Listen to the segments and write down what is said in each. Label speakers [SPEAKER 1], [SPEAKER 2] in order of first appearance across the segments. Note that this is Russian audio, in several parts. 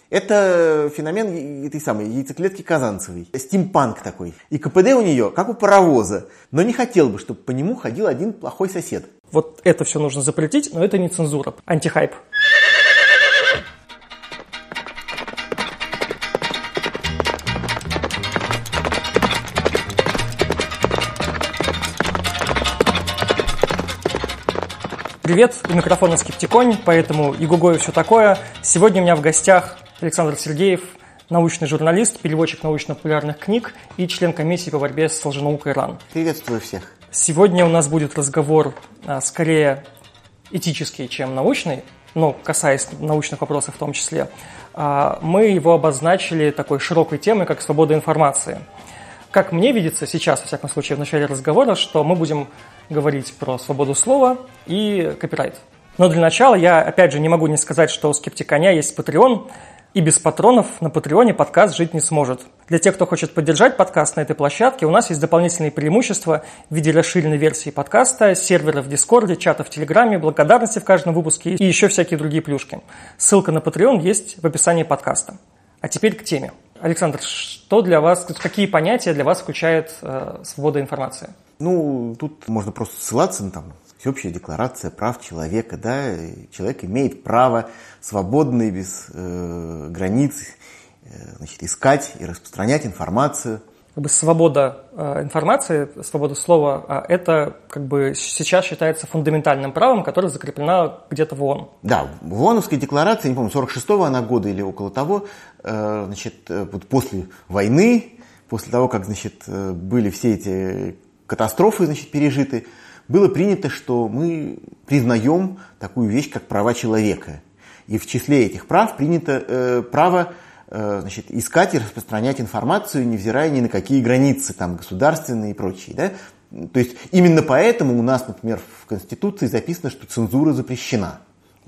[SPEAKER 1] Это феномен этой самой яйцеклетки Казанцевой. Стимпанк такой. И КПД у нее как у паровоза. Но не хотел бы, чтобы по нему ходил один плохой сосед.
[SPEAKER 2] Вот это все нужно запретить, но это не цензура. Антихайп. Привет, у микрофона Скептиконь, поэтому и Гуго и все такое. Сегодня у меня в гостях Александр Сергеев, научный журналист, переводчик научно-популярных книг и член комиссии по борьбе с лженаукой РАН.
[SPEAKER 1] Приветствую всех.
[SPEAKER 2] Сегодня у нас будет разговор скорее этический, чем научный, но касаясь научных вопросов в том числе. Мы его обозначили такой широкой темой, как свобода информации. Как мне видится сейчас, во всяком случае, в начале разговора, что мы будем говорить про свободу слова и копирайт. Но для начала я, опять же, не могу не сказать, что у Скептиконя есть Patreon, и без патронов на Патреоне подкаст жить не сможет. Для тех, кто хочет поддержать подкаст на этой площадке, у нас есть дополнительные преимущества в виде расширенной версии подкаста, сервера в Дискорде, чата в Телеграме, благодарности в каждом выпуске и еще всякие другие плюшки. Ссылка на Patreon есть в описании подкаста. А теперь к теме. Александр, что для вас, какие понятия для вас включает свобода информации?
[SPEAKER 1] Тут можно просто ссылаться на всеобщая декларация прав человека, да, человек имеет право свободно и без границ, искать и распространять информацию.
[SPEAKER 2] Свобода информации, свобода слова, это сейчас считается фундаментальным правом, которое закреплено где-то в ООН.
[SPEAKER 1] Да, в ООНовской декларации, не помню, 46-го она года или около того, после войны, после того, как, были все эти катастрофы, пережиты, было принято, что мы признаем такую вещь, как права человека. И в числе этих прав принято право искать и распространять информацию, невзирая ни на какие границы, государственные и прочие. Да? То есть именно поэтому у нас, например, в Конституции записано, что цензура запрещена.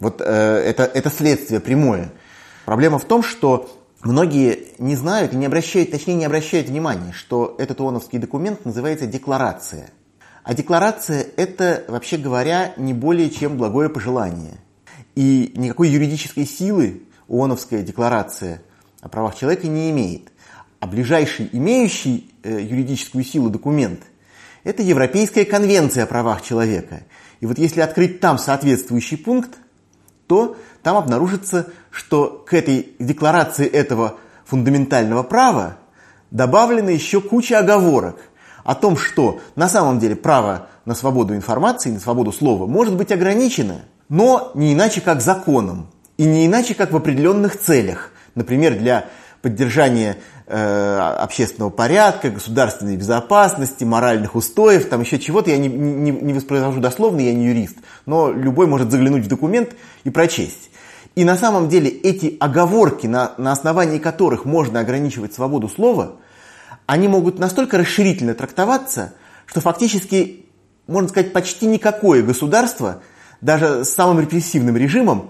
[SPEAKER 1] Это следствие прямое. Проблема в том, что многие не знают и не обращают внимания, что этот ООНовский документ называется декларация. А декларация – это, вообще говоря, не более чем благое пожелание. И никакой юридической силы ООНовская декларация о правах человека не имеет. А ближайший имеющий юридическую силу документ – это Европейская конвенция о правах человека. И вот если открыть там соответствующий пункт, то там обнаружится, что к этой декларации этого фундаментального права добавлена еще куча оговорок о том, что на самом деле право на свободу информации, на свободу слова может быть ограничено, но не иначе как законом и не иначе как в определенных целях. Например, для поддержания общественного порядка, государственной безопасности, моральных устоев, еще чего-то. Я не воспроизвожу дословно, я не юрист, но любой может заглянуть в документ и прочесть. И на самом деле эти оговорки, на основании которых можно ограничивать свободу слова, они могут настолько расширительно трактоваться, что фактически, можно сказать, почти никакое государство, даже с самым репрессивным режимом,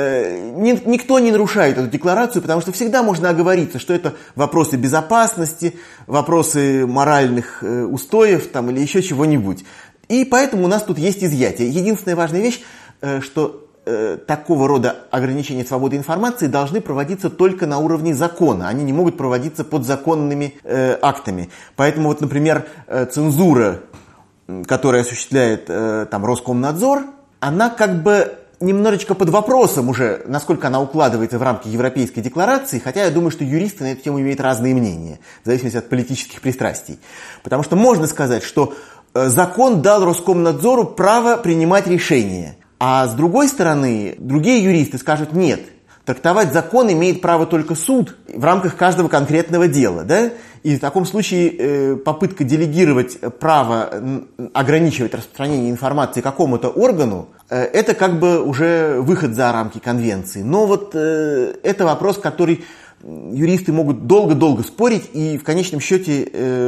[SPEAKER 1] никто не нарушает эту декларацию, потому что всегда можно оговориться, что это вопросы безопасности, вопросы моральных устоев или еще чего-нибудь. И поэтому у нас тут есть изъятие. Единственная важная вещь, что такого рода ограничения свободы информации должны проводиться только на уровне закона. Они не могут проводиться подзаконными актами. Поэтому, например, цензура, которая осуществляет Роскомнадзор, она немножечко под вопросом уже, насколько она укладывается в рамки Европейской декларации, хотя я думаю, что юристы на эту тему имеют разные мнения, в зависимости от политических пристрастий. Потому что можно сказать, что закон дал Роскомнадзору право принимать решения, а с другой стороны, другие юристы скажут нет. Трактовать закон имеет право только суд в рамках каждого конкретного дела. Да? И в таком случае попытка делегировать право ограничивать распространение информации какому-то органу, это уже выход за рамки конвенции. Но это вопрос, который юристы могут долго-долго спорить, и в конечном счете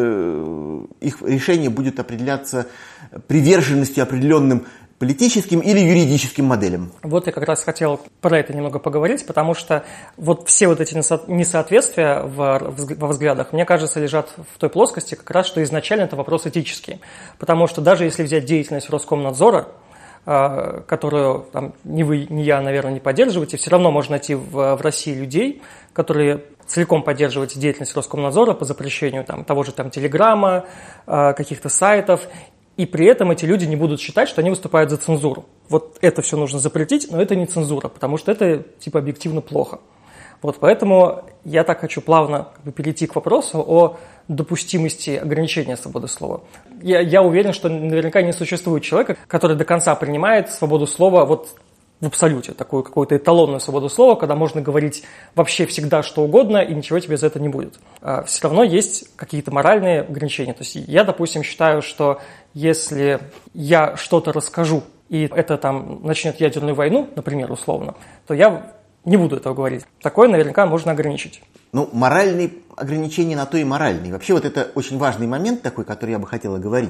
[SPEAKER 1] их решение будет определяться приверженностью определенным политическим или юридическим моделям.
[SPEAKER 2] Вот я как раз хотел про это немного поговорить, потому что все эти несоответствия во взглядах, мне кажется, лежат в той плоскости как раз, что изначально это вопрос этический. Потому что даже если взять деятельность Роскомнадзора, которую там, ни вы, ни я, наверное, не поддерживаете, все равно можно найти в России людей, которые целиком поддерживают деятельность Роскомнадзора по запрещению того же Телеграма, каких-то сайтов, и при этом эти люди не будут считать, что они выступают за цензуру. Вот это все нужно запретить, но это не цензура, потому что это объективно плохо. Вот поэтому я так хочу плавно перейти к вопросу о допустимости ограничения свободы слова. Я уверен, что наверняка не существует человека, который до конца принимает свободу слова в абсолюте, такую какую-то эталонную свободу слова, когда можно говорить вообще всегда что угодно, и ничего тебе за это не будет. Все равно есть какие-то моральные ограничения. То есть я, допустим, считаю, что если я что-то расскажу, и это начнет ядерную войну, например, условно, то я не буду этого говорить. Такое наверняка можно ограничить.
[SPEAKER 1] Моральные ограничения на то и моральные. Вообще это очень важный момент такой, который я бы хотела говорить.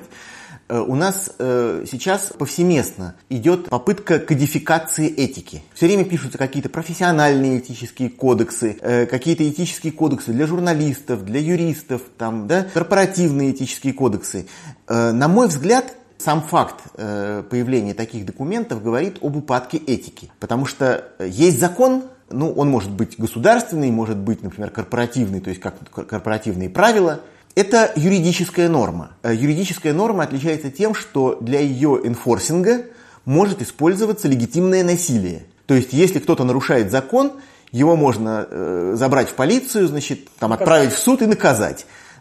[SPEAKER 1] У нас сейчас повсеместно идет попытка кодификации этики. Все время пишутся какие-то профессиональные этические кодексы, какие-то этические кодексы для журналистов, для юристов, корпоративные этические кодексы. На мой взгляд, сам факт появления таких документов говорит об упадке этики. Потому что есть закон, он может быть государственный, может быть, например, корпоративный, то есть как корпоративные правила. Это юридическая норма. Юридическая норма отличается тем, что для ее энфорсинга может использоваться легитимное насилие. То есть, если кто-то нарушает закон, его можно забрать в полицию, отправить в суд и наказать.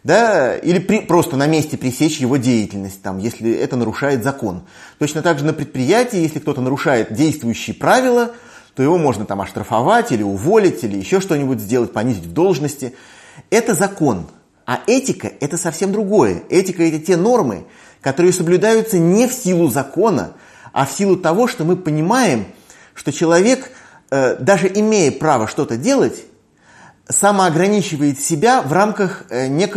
[SPEAKER 1] Или просто на месте пресечь его деятельность, если это нарушает закон. Точно так же на предприятии, если кто-то нарушает действующие правила, то его можно оштрафовать или уволить, или еще что-нибудь сделать, понизить в должности. Это закон. А этика – это совсем другое. Этика – это те нормы, которые соблюдаются не в силу закона, а в силу того, что мы понимаем, что человек, даже имея право что-то делать, самоограничивает себя в рамках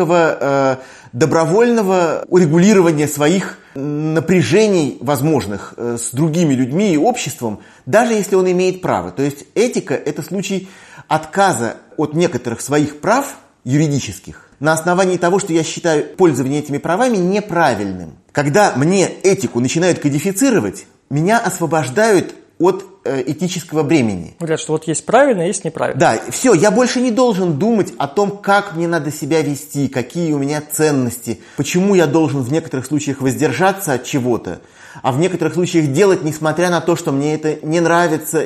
[SPEAKER 1] некого добровольного урегулирования своих напряжений возможных с другими людьми и обществом, даже если он имеет право. То есть этика – это случай отказа от некоторых своих прав юридических на основании того, что я считаю пользование этими правами неправильным. Когда мне этику начинают кодифицировать, меня освобождают от этического бремени.
[SPEAKER 2] Говорят, что есть правильно, есть неправильно.
[SPEAKER 1] Да, все, я больше не должен думать о том, как мне надо себя вести, какие у меня ценности, почему я должен в некоторых случаях воздержаться от чего-то, а в некоторых случаях делать, несмотря на то, что мне это не нравится.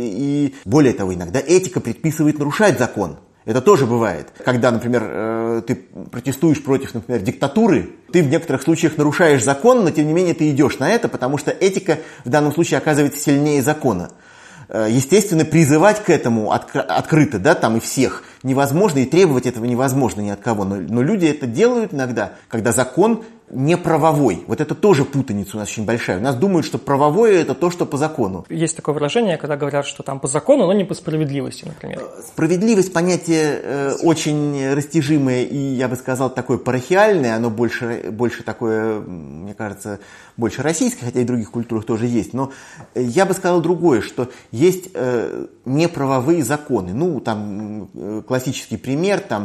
[SPEAKER 1] И более того, иногда этика предписывает нарушать закон. Это тоже бывает. Когда, например, ты протестуешь против, например, диктатуры, ты в некоторых случаях нарушаешь закон, но тем не менее ты идешь на это, потому что этика в данном случае оказывается сильнее закона. Естественно, призывать к этому открыто, и всех невозможно, и требовать этого невозможно ни от кого. Но люди это делают иногда, когда закон не правовой. Вот это тоже путаница у нас очень большая. У нас думают, что правовое – это то, что по закону.
[SPEAKER 2] Есть такое выражение, когда говорят, что по закону, но не по справедливости, например.
[SPEAKER 1] Справедливость – понятие очень растяжимое и, я бы сказал, такое парахиальное. Оно больше такое, мне кажется, больше российское, хотя и в других культурах тоже есть. Но я бы сказал другое, что есть неправовые законы. Классический пример –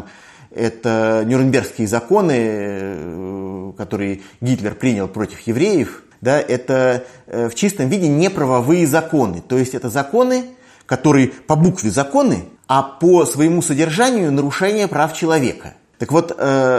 [SPEAKER 1] это Нюрнбергские законы, которые Гитлер принял против евреев. Это в чистом виде неправовые законы. То есть это законы, которые по букве законы, а по своему содержанию нарушение прав человека. Так вот,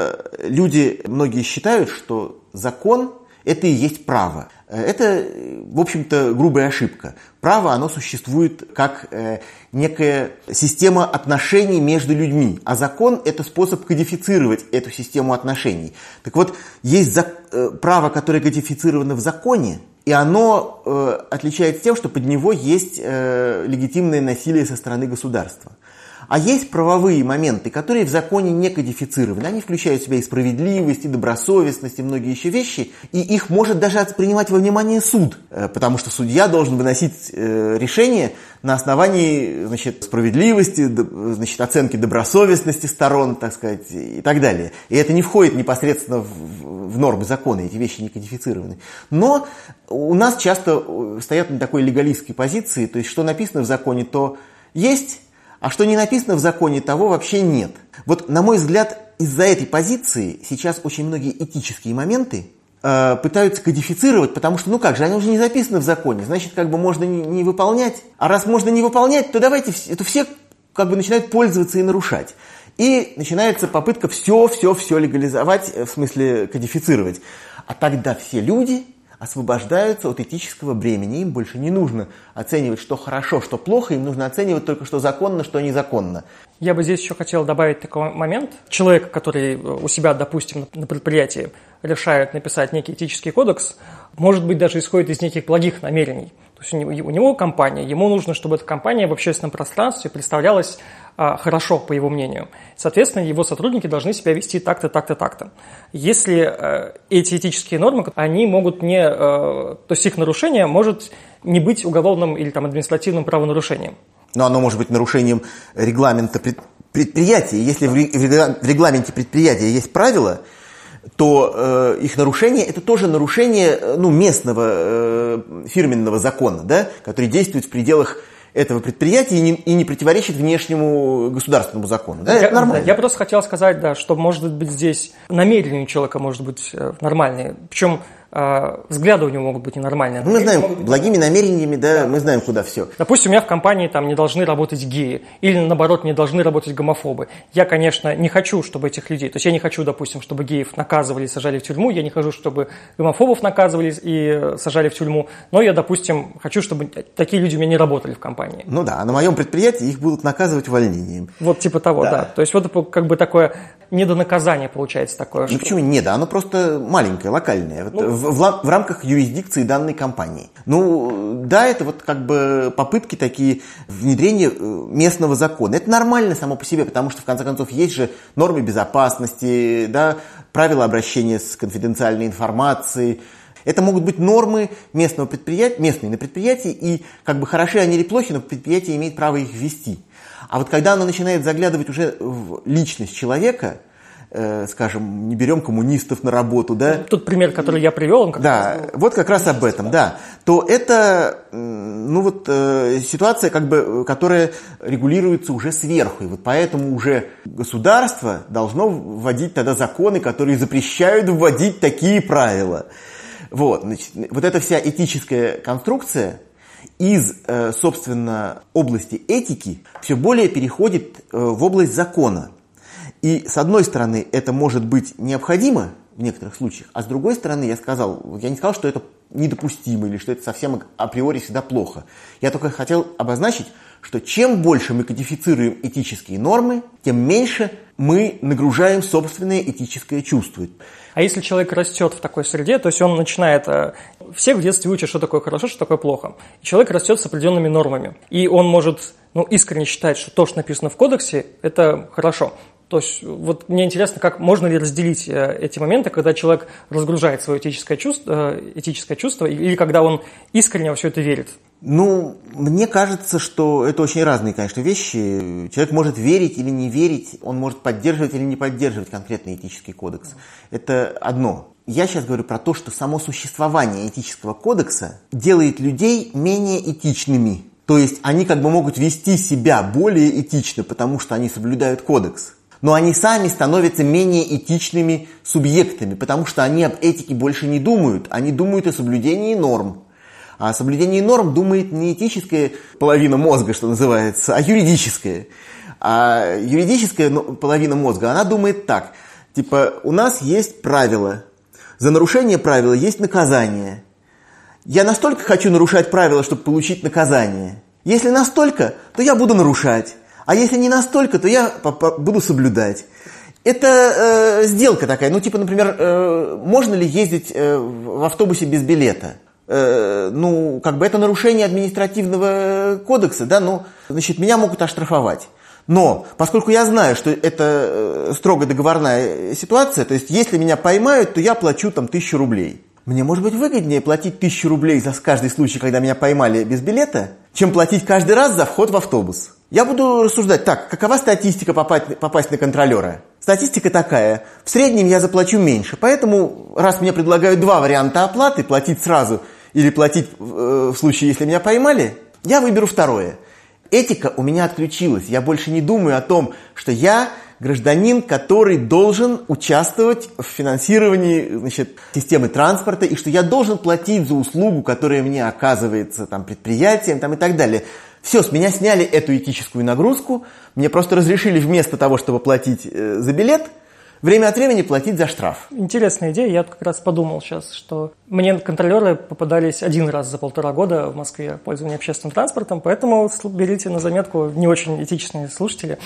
[SPEAKER 1] люди многие считают, что закон – это и есть право. Это, в общем-то, грубая ошибка. Право, оно существует как некая система отношений между людьми, а закон – это способ кодифицировать эту систему отношений. Так вот, есть право, которое кодифицировано в законе, и оно отличается тем, что под него есть легитимное насилие со стороны государства. А есть правовые моменты, которые в законе не кодифицированы. Они включают в себя и справедливость, и добросовестность, и многие еще вещи. И их может даже принимать во внимание суд. Потому что судья должен выносить решение на основании справедливости, оценки добросовестности сторон, так сказать, и так далее. И это не входит непосредственно в нормы закона, эти вещи не кодифицированы. Но у нас часто стоят на такой легалистской позиции, то есть что написано в законе, то есть, а что не написано в законе, того вообще нет. Вот, на мой взгляд, из-за этой позиции сейчас очень многие этические моменты пытаются кодифицировать, потому что, ну как же, они уже не записаны в законе, значит, как бы можно не выполнять. А раз можно не выполнять, то давайте это все как бы начинают пользоваться и нарушать. И начинается попытка все легализовать, в смысле кодифицировать. А тогда все люди освобождаются от этического бремени. Им больше не нужно оценивать, что хорошо, что плохо. Им нужно оценивать только, что законно, что незаконно.
[SPEAKER 2] Я бы здесь еще хотел добавить такой момент. Человек, который у себя, допустим, на предприятии решает написать некий этический кодекс, может быть, даже исходит из неких благих намерений. То есть у него компания, ему нужно, чтобы эта компания в общественном пространстве представлялась хорошо, по его мнению. Соответственно, его сотрудники должны себя вести так-то, так-то, так-то. Если эти этические нормы, они могут не... то есть их нарушение может не быть уголовным или там, административным правонарушением.
[SPEAKER 1] Но оно может быть нарушением регламента предприятия. Если в регламенте предприятия есть правила, то их нарушение – это тоже нарушение местного фирменного закона, да, который действует в пределах этого предприятия и не противоречит внешнему государственному закону. Да, это нормально.
[SPEAKER 2] Я просто хотел сказать, да, что, может быть, здесь намерения у человека может быть нормальные. Причем взгляды у него могут быть ненормальные.
[SPEAKER 1] Мы знаем, благими намерениями, да, мы знаем, куда все.
[SPEAKER 2] Допустим, у меня в компании там не должны работать геи, или наоборот, не должны работать гомофобы. Я, конечно, не хочу, чтобы этих людей, то есть я не хочу, допустим, чтобы геев наказывали и сажали в тюрьму, я не хочу, чтобы гомофобов наказывали и сажали в тюрьму, но я, допустим, хочу, чтобы такие люди у меня не работали в компании.
[SPEAKER 1] Ну да, а на моем предприятии их будут наказывать увольнением.
[SPEAKER 2] Вот типа того, да. То есть вот как бы такое недонаказание получается такое.
[SPEAKER 1] Ну почему не, да, оно просто маленькое, локальное. В рамках юрисдикции данной компании. Ну, да, это вот как бы попытки такие внедрения местного закона. Это нормально само по себе, потому что, в конце концов, есть же нормы безопасности, да, правила обращения с конфиденциальной информацией. Это могут быть нормы местного предприятия, местные на предприятии, и как бы хороши они или плохи, но предприятие имеет право их ввести. А вот когда оно начинает заглядывать уже в личность человека, скажем, не берем коммунистов на работу, да?
[SPEAKER 2] Тот пример, который я привел, он
[SPEAKER 1] вот как раз об этом, да. То это, ситуация, как бы, которая регулируется уже сверху. И вот поэтому уже государство должно вводить тогда законы, которые запрещают вводить такие правила. Вот, значит, вот эта вся этическая конструкция из, собственно, области этики все более переходит в область закона. И, с одной стороны, это может быть необходимо в некоторых случаях, а с другой стороны, я не сказал, что это недопустимо или что это совсем априори всегда плохо. Я только хотел обозначить, что чем больше мы кодифицируем этические нормы, тем меньше мы нагружаем собственное этическое чувство.
[SPEAKER 2] А если человек растет в такой среде, то есть он начинает... Всех в детстве учат, что такое хорошо, что такое плохо. И человек растет с определенными нормами. И он может искренне считать, что то, что написано в кодексе, это хорошо. То есть вот мне интересно, как можно ли разделить эти моменты, когда человек разгружает свое этическое чувство или когда он искренне во все это верит?
[SPEAKER 1] Ну, мне кажется, что это очень разные, конечно, вещи. Человек может верить или не верить, он может поддерживать или не поддерживать конкретный этический кодекс. Это одно. Я сейчас говорю про то, что само существование этического кодекса делает людей менее этичными. То есть они как бы могут вести себя более этично, потому что они соблюдают кодекс. Но они сами становятся менее этичными субъектами, потому что они об этике больше не думают, они думают о соблюдении норм. А о соблюдении норм думает не этическая половина мозга, что называется, а юридическая. А юридическая половина мозга, она думает так, типа, у нас есть правила, за нарушение правила есть наказание. Я настолько хочу нарушать правила, чтобы получить наказание. Если настолько, то я буду нарушать. А если не настолько, то я буду соблюдать. Это сделка такая. Ну, типа, например, можно ли ездить в автобусе без билета? Как бы это нарушение административного кодекса, да, значит, меня могут оштрафовать. Но, поскольку я знаю, что это строго договорная ситуация, то есть, если меня поймают, то я плачу там 1000 рублей. Мне, может быть, выгоднее платить 1000 рублей за каждый случай, когда меня поймали без билета, чем платить каждый раз за вход в автобус. Я буду рассуждать, так, какова статистика попасть на контролера? Статистика такая, в среднем я заплачу меньше, поэтому, раз мне предлагают 2 варианта оплаты, платить сразу или платить в случае, если меня поймали, я выберу второе. Этика у меня отключилась, я больше не думаю о том, что я гражданин, который должен участвовать в финансировании, значит, системы транспорта, и что я должен платить за услугу, которая мне оказывается там, предприятием там, и так далее. Все, с меня сняли эту этическую нагрузку, мне просто разрешили вместо того, чтобы платить за билет, время от времени платить за штраф.
[SPEAKER 2] Интересная идея. Я как раз подумал сейчас, что мне контролеры попадались один раз за 1,5 года в Москве пользования общественным транспортом, поэтому берите на заметку, не очень этичные слушатели.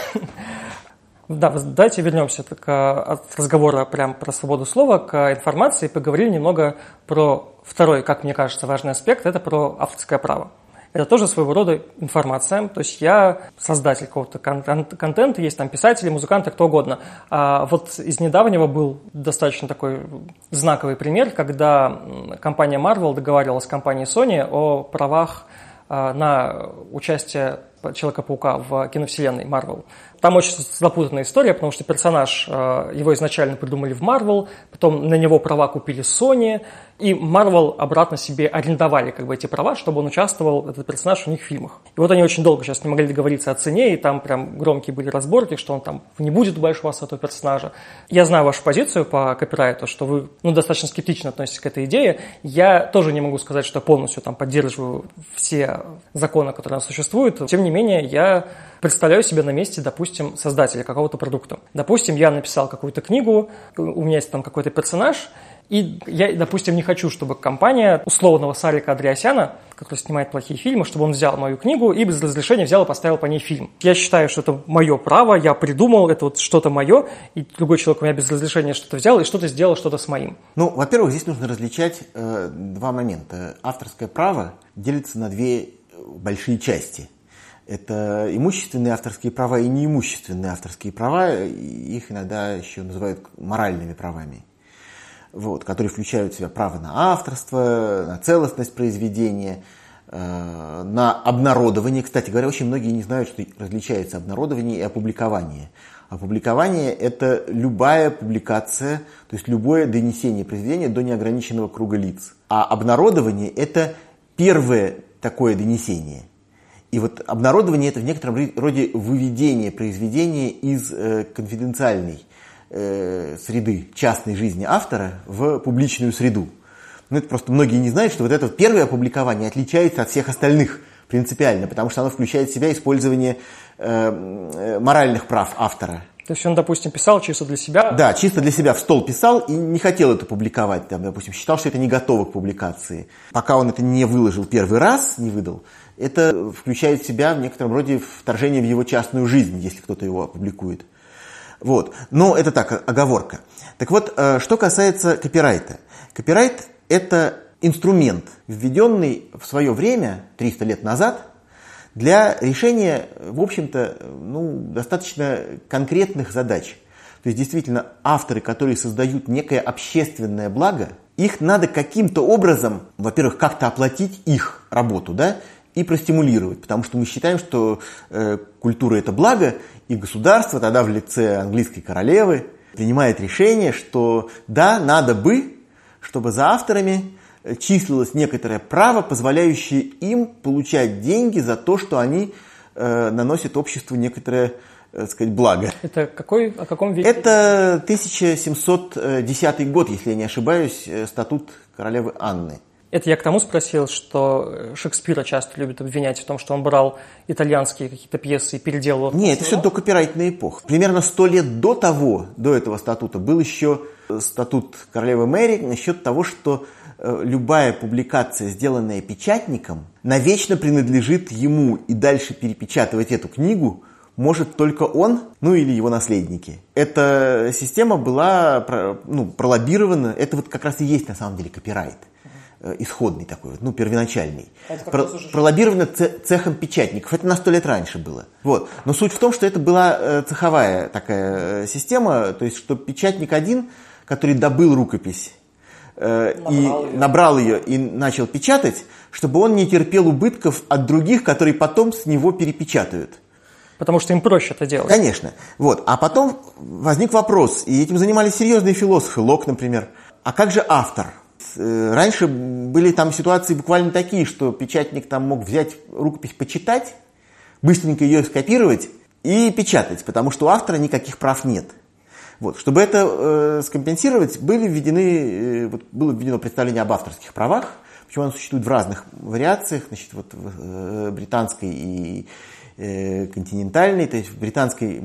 [SPEAKER 2] Да, давайте вернемся от разговора прям про свободу слова к информации. Поговорили немного про второй, как мне кажется, важный аспект, это про авторское право. Это тоже своего рода информация, то есть я создатель какого-то контента, есть там писатели, музыканты, кто угодно. А вот из недавнего был достаточно такой знаковый пример, когда компания Marvel договаривалась с компанией Sony о правах на участие Человека-паука в киновселенной Marvel. Там очень запутанная история, потому что персонаж, его изначально придумали в Marvel, потом на него права купили Sony, и Marvel обратно себе арендовали как бы эти права, чтобы он участвовал, этот персонаж, у них в фильмах. И вот они очень долго сейчас не могли договориться о цене, и там прям громкие были разборки, что он там не будет больше у вас этого персонажа. Я знаю вашу позицию по копирайту, что вы достаточно скептично относитесь к этой идее. Я тоже не могу сказать, что полностью там поддерживаю все законы, которые существуют. Тем не менее, я представляю себя на месте, допустим, создателя какого-то продукта. Допустим, я написал какую-то книгу, у меня есть там какой-то персонаж, и я, допустим, не хочу, чтобы компания условного Сарика Андреасяна, который снимает плохие фильмы, чтобы он взял мою книгу и без разрешения взял и поставил по ней фильм. Я считаю, что это мое право, я придумал, это вот что-то мое, и другой человек у меня без разрешения что-то взял и что-то сделал, что-то с моим.
[SPEAKER 1] Ну, во-первых, здесь нужно различать два момента. Авторское право делится на две большие части. Это имущественные авторские права и неимущественные авторские права, их иногда еще называют моральными правами, вот, которые включают в себя право на авторство, на целостность произведения, на обнародование. Кстати говоря, очень многие не знают, что различается обнародование и опубликование. Опубликование – это любая публикация, то есть любое донесение произведения до неограниченного круга лиц. А обнародование – это первое такое донесение. И вот обнародование – это в некотором роде выведение произведения из конфиденциальной среды частной жизни автора в публичную среду. Но это просто многие не знают, что вот это первое опубликование отличается от всех остальных принципиально, потому что оно включает в себя использование моральных прав автора.
[SPEAKER 2] То есть он, допустим, писал чисто для себя?
[SPEAKER 1] Да, чисто для себя в стол писал и не хотел это публиковать. Там, допустим, считал, что это не готово к публикации. Пока он это не выложил первый раз, не выдал, это включает в себя в некотором роде вторжение в его частную жизнь, если кто-то его опубликует. Вот. Но это так, оговорка. Так вот, что касается копирайта. Копирайт – это инструмент, введенный в свое время, 300 лет назад, для решения, в общем-то, достаточно конкретных задач. То есть, действительно, авторы, которые создают некое общественное благо, их надо каким-то образом, во-первых, как-то оплатить их работу, да, и простимулировать. Потому что мы считаем, что культура – это благо, и государство, тогда в лице английской королевы, принимает решение, что да, надо бы, чтобы за авторами числилось некоторое право, позволяющее им получать деньги за то, что они наносят обществу некоторое, так сказать, благо.
[SPEAKER 2] Это о каком веке?
[SPEAKER 1] Это 1710 год, если я не ошибаюсь, статут королевы Анны.
[SPEAKER 2] Это я к тому спросил, что Шекспира часто любят обвинять в том, что он брал итальянские какие-то пьесы и переделывал.
[SPEAKER 1] Нет, это все докопирайтная эпоха. Примерно 100 лет до этого статута, был еще статут королевы Мэри насчет того, что любая публикация, сделанная печатником, навечно принадлежит ему, и дальше перепечатывать эту книгу может только он, или его наследники. Эта система была пролоббирована, это вот как раз и есть на самом деле копирайт. Исходный такой, первоначальный. Пролоббировано цехом печатников. Это на 100 лет раньше было. Вот. Но суть в том, что это была цеховая такая система, то есть, что печатник один, который добыл рукопись, набрал ее и начал печатать, чтобы он не терпел убытков от других, которые потом с него перепечатают.
[SPEAKER 2] Потому что им проще это делать.
[SPEAKER 1] Конечно. Вот. А потом возник вопрос, и этим занимались серьезные философы, Лок, например. А как же автор? Раньше были там ситуации буквально такие, что печатник там мог взять рукопись, почитать, быстренько ее скопировать и печатать, потому что у автора никаких прав нет. Вот. Чтобы это скомпенсировать, было введено представление об авторских правах, причем оно существует в разных вариациях, значит, вот в британской и континентальной, то есть в британской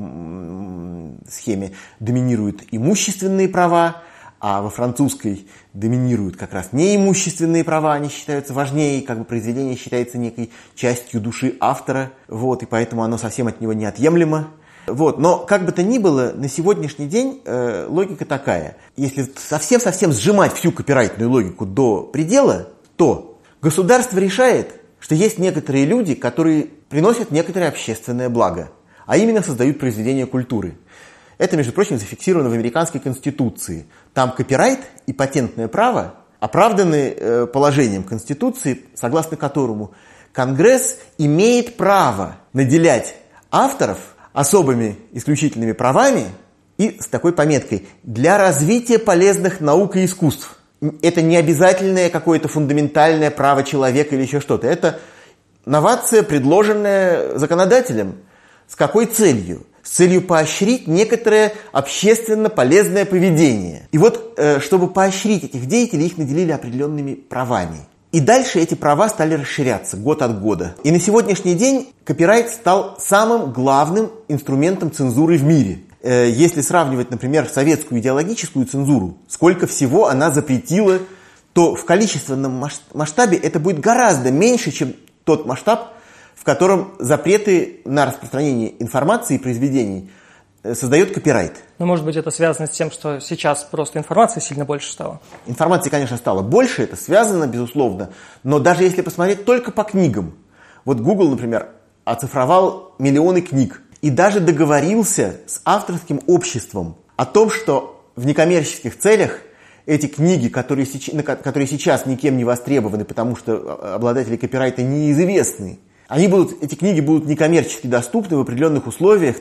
[SPEAKER 1] схеме доминируют имущественные права, а во французской доминируют как раз неимущественные права, они считаются важнее, как бы произведение считается некой частью души автора, вот, и поэтому оно совсем от него неотъемлемо. Вот. Но как бы то ни было, на сегодняшний день логика такая. Если совсем-совсем сжимать всю копирайтную логику до предела, то государство решает, что есть некоторые люди, которые приносят некоторое общественное благо, а именно создают произведения культуры. Это, между прочим, зафиксировано в американской конституции. Там копирайт и патентное право оправданы положением Конституции, согласно которому Конгресс имеет право наделять авторов особыми исключительными правами и с такой пометкой «для развития полезных наук и искусств». Это не обязательное какое-то фундаментальное право человека или еще что-то. Это новация, предложенная законодателем. С какой целью? С целью поощрить некоторое общественно полезное поведение. И вот, чтобы поощрить этих деятелей, их наделили определенными правами. И дальше эти права стали расширяться год от года. И на сегодняшний день копирайт стал самым главным инструментом цензуры в мире. Если сравнивать, например, советскую идеологическую цензуру, сколько всего она запретила, то в количественном масштабе это будет гораздо меньше, чем тот масштаб, в котором запреты на распространение информации и произведений создает копирайт.
[SPEAKER 2] Но, может быть, это связано с тем, что сейчас просто информации сильно больше стало?
[SPEAKER 1] Информации, конечно, стало больше, это связано, безусловно. Но даже если посмотреть только по книгам. Вот Google, например, оцифровал миллионы книг и даже договорился с авторским обществом о том, что в некоммерческих целях эти книги, которые сейчас никем не востребованы, потому что обладатели копирайта неизвестны, эти книги будут некоммерчески доступны в определенных условиях,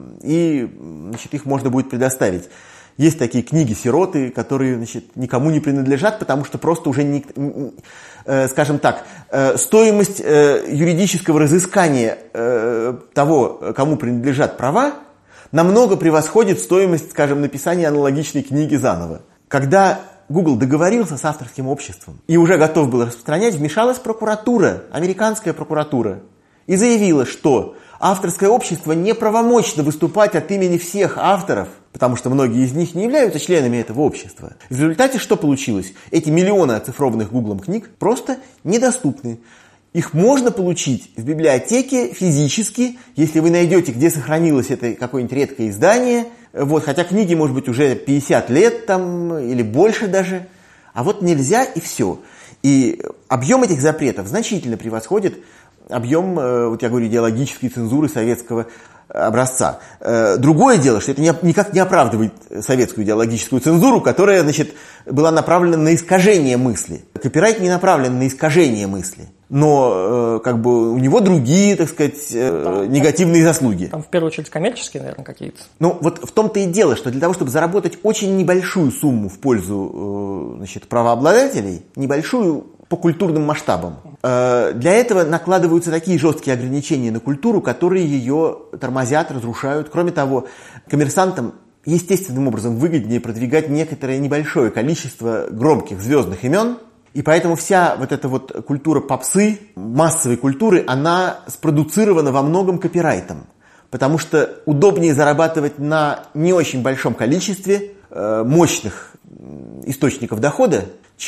[SPEAKER 1] и значит, их можно будет предоставить. Есть такие книги-сироты, которые, значит, никому не принадлежат, потому что просто уже, скажем так, стоимость юридического разыскания того, кому принадлежат права, намного превосходит стоимость, скажем, написания аналогичной книги заново. Когда Google договорился с авторским обществом и уже готов был распространять, вмешалась прокуратура, американская прокуратура, и заявила, что авторское общество неправомочно выступать от имени всех авторов, потому что многие из них не являются членами этого общества. В результате что получилось? Эти миллионы оцифрованных Гуглом книг просто недоступны. Их можно получить в библиотеке физически, если вы найдете, где сохранилось это какое-нибудь редкое издание. Вот, хотя книги, может быть, уже 50 лет или больше даже. А вот нельзя, и все. И объем этих запретов значительно превосходит объем, вот я говорю, идеологической цензуры советского образца. Другое дело, что это никак не оправдывает советскую идеологическую цензуру, которая, значит, была направлена на искажение мысли. Копирайт не направлен на искажение мысли, но как бы у него другие, так сказать, негативные заслуги.
[SPEAKER 2] Там в первую очередь коммерческие, наверное, какие-то.
[SPEAKER 1] Ну вот в том-то и дело, что для того, чтобы заработать очень небольшую сумму в пользу, значит, правообладателей, небольшую по культурным масштабам, для этого накладываются такие жесткие ограничения на культуру, которые ее тормозят, разрушают. Кроме того, коммерсантам естественным образом выгоднее продвигать некоторое небольшое количество громких звездных имен, и поэтому вся вот эта вот культура попсы, массовой культуры, она спродуцирована во многом копирайтом, потому что удобнее зарабатывать на не очень большом количестве мощных источников дохода,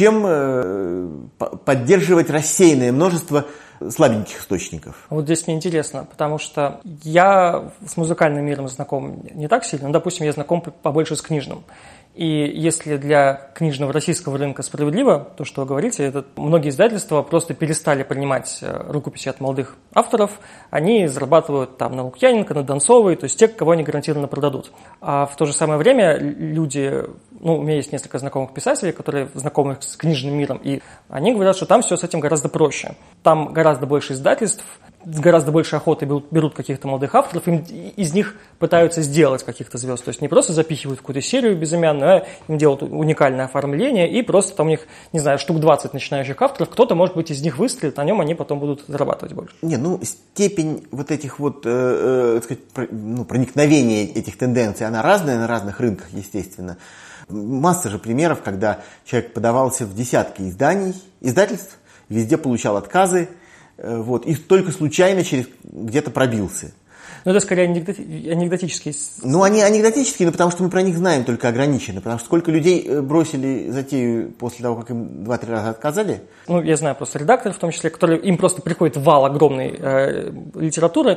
[SPEAKER 1] чем поддерживать рассеянное множество слабеньких источников.
[SPEAKER 2] Вот здесь мне интересно, потому что я с музыкальным миром знаком не так сильно, но, допустим, я знаком побольше с книжным. И если для книжного российского рынка справедливо, то, что вы говорите, это многие издательства просто перестали принимать рукописи от молодых авторов, они зарабатывают там на Лукьяненко, на Донцовой, то есть те, кого они гарантированно продадут. А в то же самое время люди, у меня есть несколько знакомых писателей, которые знакомы с книжным миром, и они говорят, что там все с этим гораздо проще. Там гораздо больше издательств, с гораздо большей охотой берут каких-то молодых авторов, из них пытаются сделать каких-то звезд. То есть не просто запихивают какую-то серию безымянную, а им делают уникальное оформление, и просто там у них, не знаю, штук 20 начинающих авторов, кто-то, может быть, из них выстрелит, на нем они потом будут зарабатывать больше.
[SPEAKER 1] Степень вот этих вот, так сказать, проникновения этих тенденций, она разная на разных рынках, естественно. Масса же примеров, когда человек подавался в десятки издательств, везде получал отказы, и только случайно где-то пробился.
[SPEAKER 2] Это скорее анекдотические.
[SPEAKER 1] Они анекдотические, но потому что мы про них знаем только ограниченно. Потому что сколько людей бросили затею после того, как им 2-3 раза отказали?
[SPEAKER 2] Я знаю просто редакторов, в том числе, которые им просто приходит вал огромной литературы,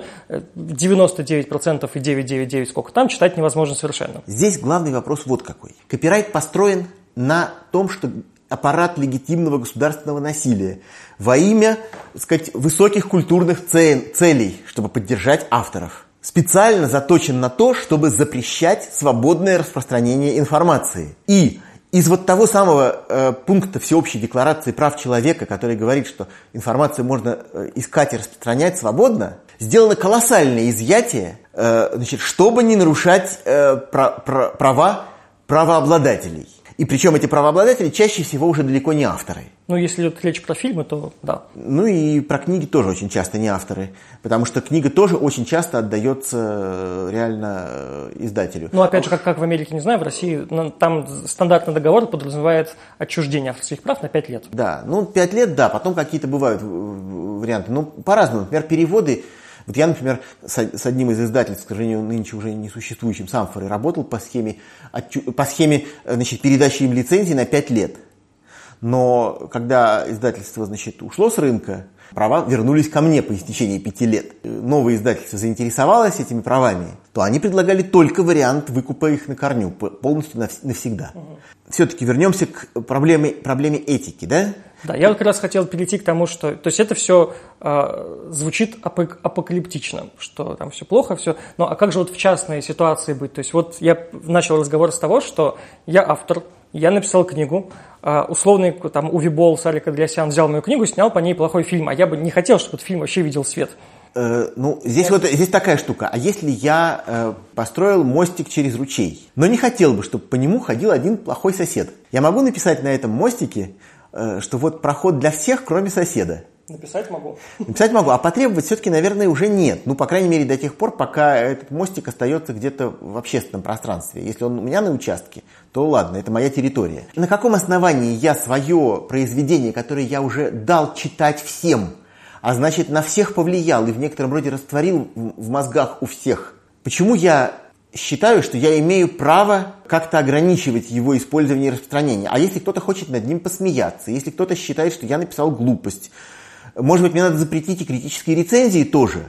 [SPEAKER 2] 99% и 999 сколько там, читать невозможно совершенно.
[SPEAKER 1] Здесь главный вопрос вот какой. Копирайт построен на том, что аппарат легитимного государственного насилия во имя, так сказать, высоких культурных целей, чтобы поддержать авторов. Специально заточен на то, чтобы запрещать свободное распространение информации. И из вот того самого пункта Всеобщей декларации прав человека, который говорит, что информацию можно искать и распространять свободно, сделано колоссальное изъятие, чтобы не нарушать права правообладателей. И причем эти правообладатели чаще всего уже далеко не авторы.
[SPEAKER 2] Если идет речь про фильмы, то да.
[SPEAKER 1] И про книги тоже очень часто не авторы. Потому что книга тоже очень часто отдается реально издателю.
[SPEAKER 2] Опять же, как в Америке, не знаю, в России, там стандартный договор подразумевает отчуждение авторских прав на 5 лет.
[SPEAKER 1] Да, 5 лет, да. Потом какие-то бывают варианты. По-разному. Например, переводы. Вот я, например, с одним из издательств, к сожалению, нынче уже не существующим, с Амфорой, работал по схеме передачи им лицензии на 5 лет. Но когда издательство, ушло с рынка, права вернулись ко мне по истечении 5 лет. Новое издательство заинтересовалось этими правами, то они предлагали только вариант выкупа их на корню, полностью навсегда. Все-таки вернемся к проблеме этики, да?
[SPEAKER 2] Да, я как раз хотел перейти к тому, что... То есть это все звучит апокалиптично, что там все плохо, все... А как же в частной ситуации быть? То есть я начал разговор с того, что я автор, я написал книгу, условный Увибол, Сарик Андреасян взял мою книгу, снял по ней плохой фильм, а я бы не хотел, чтобы этот фильм вообще видел свет.
[SPEAKER 1] Здесь такая штука. А если я построил мостик через ручей, но не хотел бы, чтобы по нему ходил один плохой сосед, я могу написать на этом мостике, что проход для всех, кроме соседа?
[SPEAKER 2] Написать могу.
[SPEAKER 1] Написать могу, а потребовать все-таки, наверное, уже нет. По крайней мере, до тех пор, пока этот мостик остается где-то в общественном пространстве. Если он у меня на участке, то ладно, это моя территория. На каком основании я свое произведение, которое я уже дал читать всем, а значит, на всех повлиял и в некотором роде растворил в мозгах у всех, почему я считаю, что я имею право как-то ограничивать его использование и распространение? А если кто-то хочет над ним посмеяться, если кто-то считает, что я написал глупость, может быть, мне надо запретить и критические рецензии тоже?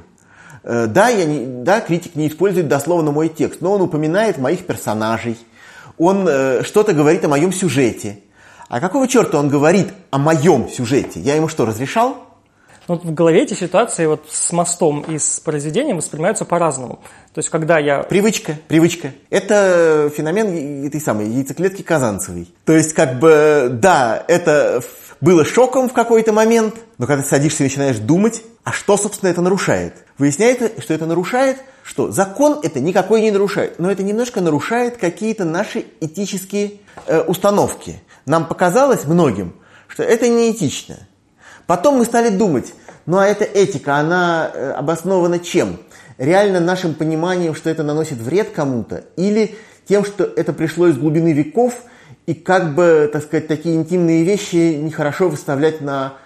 [SPEAKER 1] Да, критик не использует дословно мой текст, но он упоминает моих персонажей, он что-то говорит о моем сюжете. А какого черта он говорит о моем сюжете? Я ему что, разрешал?
[SPEAKER 2] В голове эти ситуации с мостом и с произведением воспринимаются по-разному. То есть, когда я...
[SPEAKER 1] Привычка. Это феномен этой самой яйцеклетки Казанцевой. То есть, да, это было шоком в какой-то момент, но когда ты садишься и начинаешь думать, а что, собственно, это нарушает? Выясняется, что это нарушает, что закон это никакой не нарушает, но это немножко нарушает какие-то наши этические установки. Нам показалось многим, что это неэтично. Потом мы стали думать, а эта этика, она обоснована чем? Реально нашим пониманием, что это наносит вред кому-то, или тем, что это пришло из глубины веков, и такие интимные вещи нехорошо выставлять на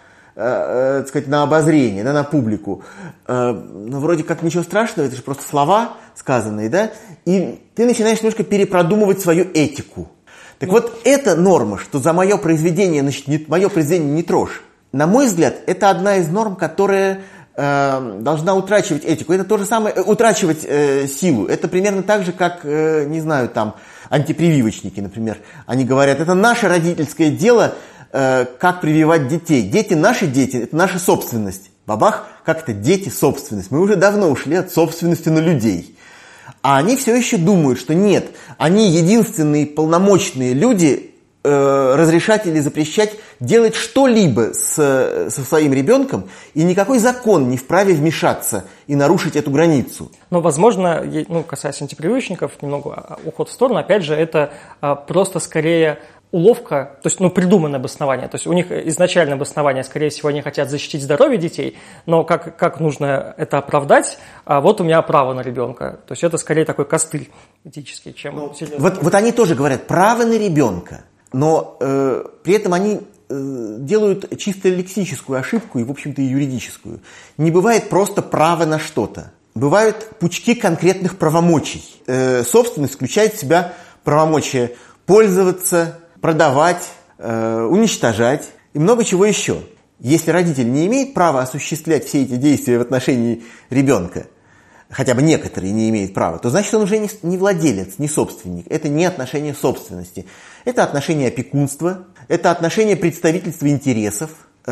[SPEAKER 1] обозрение, на публику. Вроде как ничего страшного, это же просто слова сказанные, да? И ты начинаешь немножко перепродумывать свою этику. Так эта норма, что за мое произведение, мое произведение не трожь. На мой взгляд, это одна из норм, которая должна утрачивать этику. Это то же самое, утрачивать силу. Это примерно так же, как, антипрививочники, например. Они говорят, это наше родительское дело, как прививать детей. Дети наши дети, это наша собственность. Бабах, как это дети собственность. Мы уже давно ушли от собственности на людей. А они все еще думают, что нет, они единственные полномочные люди разрешать или запрещать делать что-либо со своим ребенком, и никакой закон не вправе вмешаться и нарушить эту границу.
[SPEAKER 2] Но, возможно, касаясь антипрививочников, немного уход в сторону, опять же, это просто скорее уловка, то есть, придуманное обоснование. То есть у них изначально обоснование, скорее всего, они хотят защитить здоровье детей, но как нужно это оправдать? Вот у меня право на ребенка. То есть это скорее такой костыль этический, чем...
[SPEAKER 1] Вот они тоже говорят право на ребенка, но при этом они делают чисто лексическую ошибку и, в общем-то, и юридическую. Не бывает просто право на что-то. Бывают пучки конкретных правомочий. Собственность включает в себя правомочия пользоваться, продавать, уничтожать и много чего еще. Если родитель не имеет права осуществлять все эти действия в отношении ребенка, хотя бы некоторые не имеют права, то значит он уже не владелец, не собственник. Это не отношение собственности. Это отношение опекунства, это отношение представительства интересов.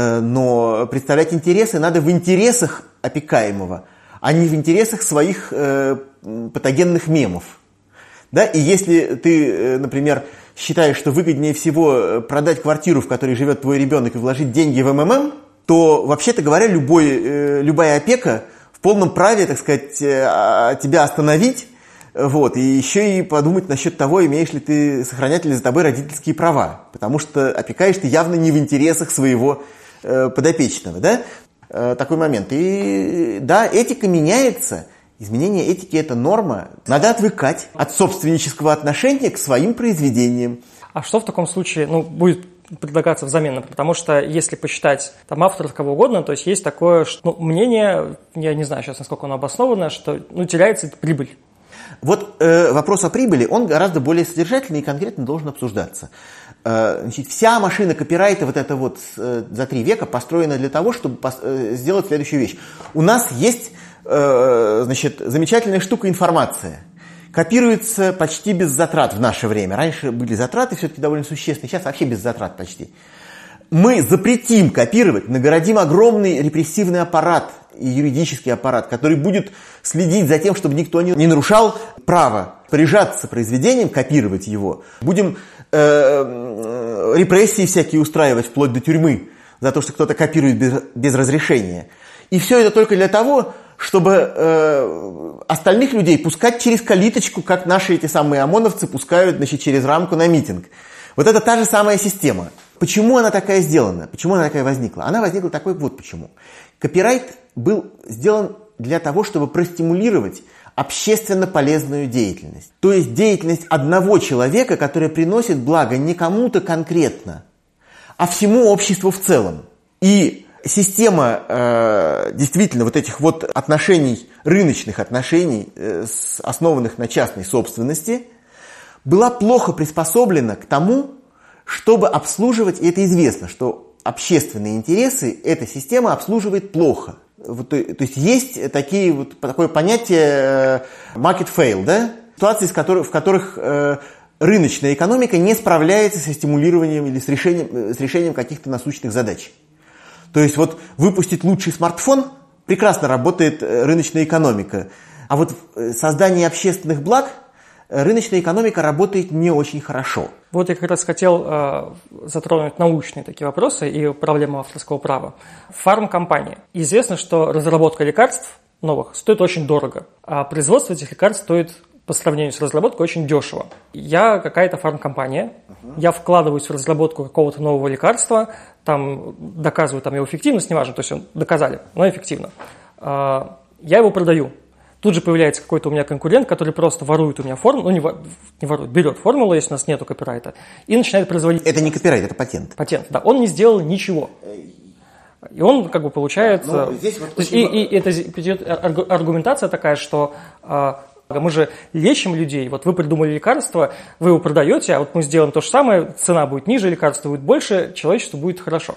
[SPEAKER 1] Но представлять интересы надо в интересах опекаемого, а не в интересах своих патогенных мемов. Да? И если ты, например, считаешь, что выгоднее всего продать квартиру, в которой живет твой ребенок, и вложить деньги в МММ, то, вообще-то говоря, любая опека в полном праве, так сказать, тебя остановить, и еще и подумать насчет того, имеешь ли ты, сохранять ли за тобой родительские права, потому что опекаешь ты явно не в интересах своего подопечного, да? Такой момент. И да, этика меняется. Изменение этики – это норма. Надо отвыкать от собственнического отношения к своим произведениям.
[SPEAKER 2] А что в таком случае будет предлагаться взамен? Потому что если посчитать авторов кого угодно, то есть такое мнение, я не знаю сейчас, насколько оно обосновано, что теряется прибыль.
[SPEAKER 1] Вот вопрос о прибыли, он гораздо более содержательный и конкретно должен обсуждаться. Вся машина копирайта за 3 века построена для того, чтобы сделать следующую вещь. У нас есть замечательная штука информация. Копируется почти без затрат в наше время. Раньше были затраты все-таки довольно существенные, сейчас вообще без затрат почти. Мы запретим копировать, нагородим огромный репрессивный аппарат и юридический аппарат, который будет следить за тем, чтобы никто не нарушал право распоряжаться произведением, копировать его. Будем репрессии всякие устраивать вплоть до тюрьмы за то, что кто-то копирует без разрешения. И все это только для того, чтобы остальных людей пускать через калиточку, как наши эти самые ОМОНовцы пускают, через рамку на митинг. Вот это та же самая система. Почему она такая сделана? Почему она такая возникла? Она возникла такой вот почему. Копирайт был сделан для того, чтобы простимулировать общественно полезную деятельность. То есть деятельность одного человека, которая приносит благо не кому-то конкретно, а всему обществу в целом. И система действительно этих отношений, рыночных отношений, основанных на частной собственности, была плохо приспособлена к тому, чтобы обслуживать, и это известно, что общественные интересы эта система обслуживает плохо. То есть такое понятие market fail, да? Ситуации, в которых рыночная экономика не справляется со стимулированием или с решением каких-то насущных задач. То есть выпустить лучший смартфон прекрасно работает рыночная экономика, а в создании общественных благ рыночная экономика работает не очень хорошо.
[SPEAKER 2] Я как раз хотел затронуть научные такие вопросы и проблему авторского права. Фармкомпания. Известно, что разработка лекарств новых стоит очень дорого, а производство этих лекарств стоит по сравнению с разработкой очень дешево. Я какая-то фармкомпания, я вкладываюсь в разработку какого-то нового лекарства, доказываю его эффективность, неважно, то есть доказали, но эффективно. Я его продаю. Тут же появляется какой-то у меня конкурент, который просто ворует у меня формулу, не ворует, берет формулу, если у нас нету копирайта, и начинает производить...
[SPEAKER 1] Это не копирайт, это патент.
[SPEAKER 2] Патент, да. Он не сделал ничего. И он получается... И это идет аргументация такая, что мы же лечим людей, вы придумали лекарство, вы его продаете, а мы сделаем то же самое, цена будет ниже, лекарство будет больше, человечеству будет хорошо.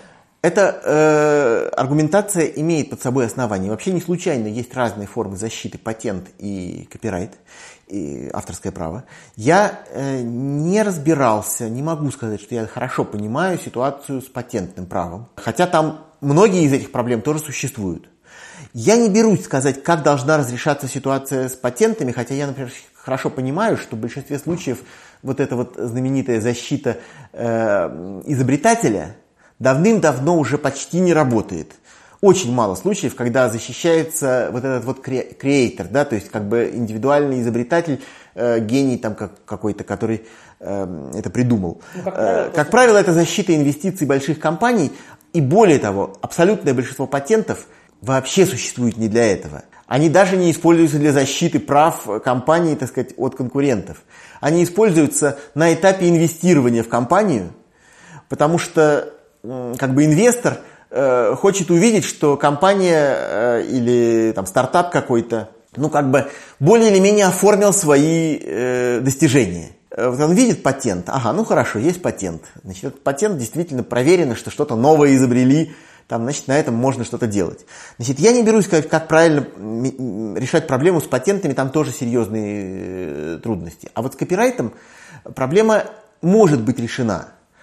[SPEAKER 1] Эта аргументация имеет под собой основание. Вообще не случайно есть разные формы защиты, патент и копирайт, и авторское право. Я не разбирался, не могу сказать, что я хорошо понимаю ситуацию с патентным правом. Хотя там многие из этих проблем тоже существуют. Я не берусь сказать, как должна разрешаться ситуация с патентами, хотя я, например, хорошо понимаю, что в большинстве случаев вот эта вот знаменитая защита изобретателя давным-давно уже почти не работает. Очень мало случаев, когда защищается вот этот вот креатор, да, то есть как бы индивидуальный изобретатель, гений там какой-то, который это придумал. Как правило, это защита инвестиций больших компаний, и более того, абсолютное большинство патентов вообще существует не для этого. Они даже не используются для защиты прав компании, так сказать, от конкурентов. Они используются на этапе инвестирования в компанию, потому что как бы инвестор хочет увидеть, что компания или там стартап какой-то, ну как бы более или менее оформил свои достижения. Вот он видит патент, ага, ну хорошо, есть патент. Значит, этот патент действительно проверено, что что-то новое изобрели, там, значит, на этом можно что-то делать. Значит, я не берусь сказать, как правильно решать проблему с патентами, там тоже серьезные трудности. А вот с копирайтом проблема может быть решена.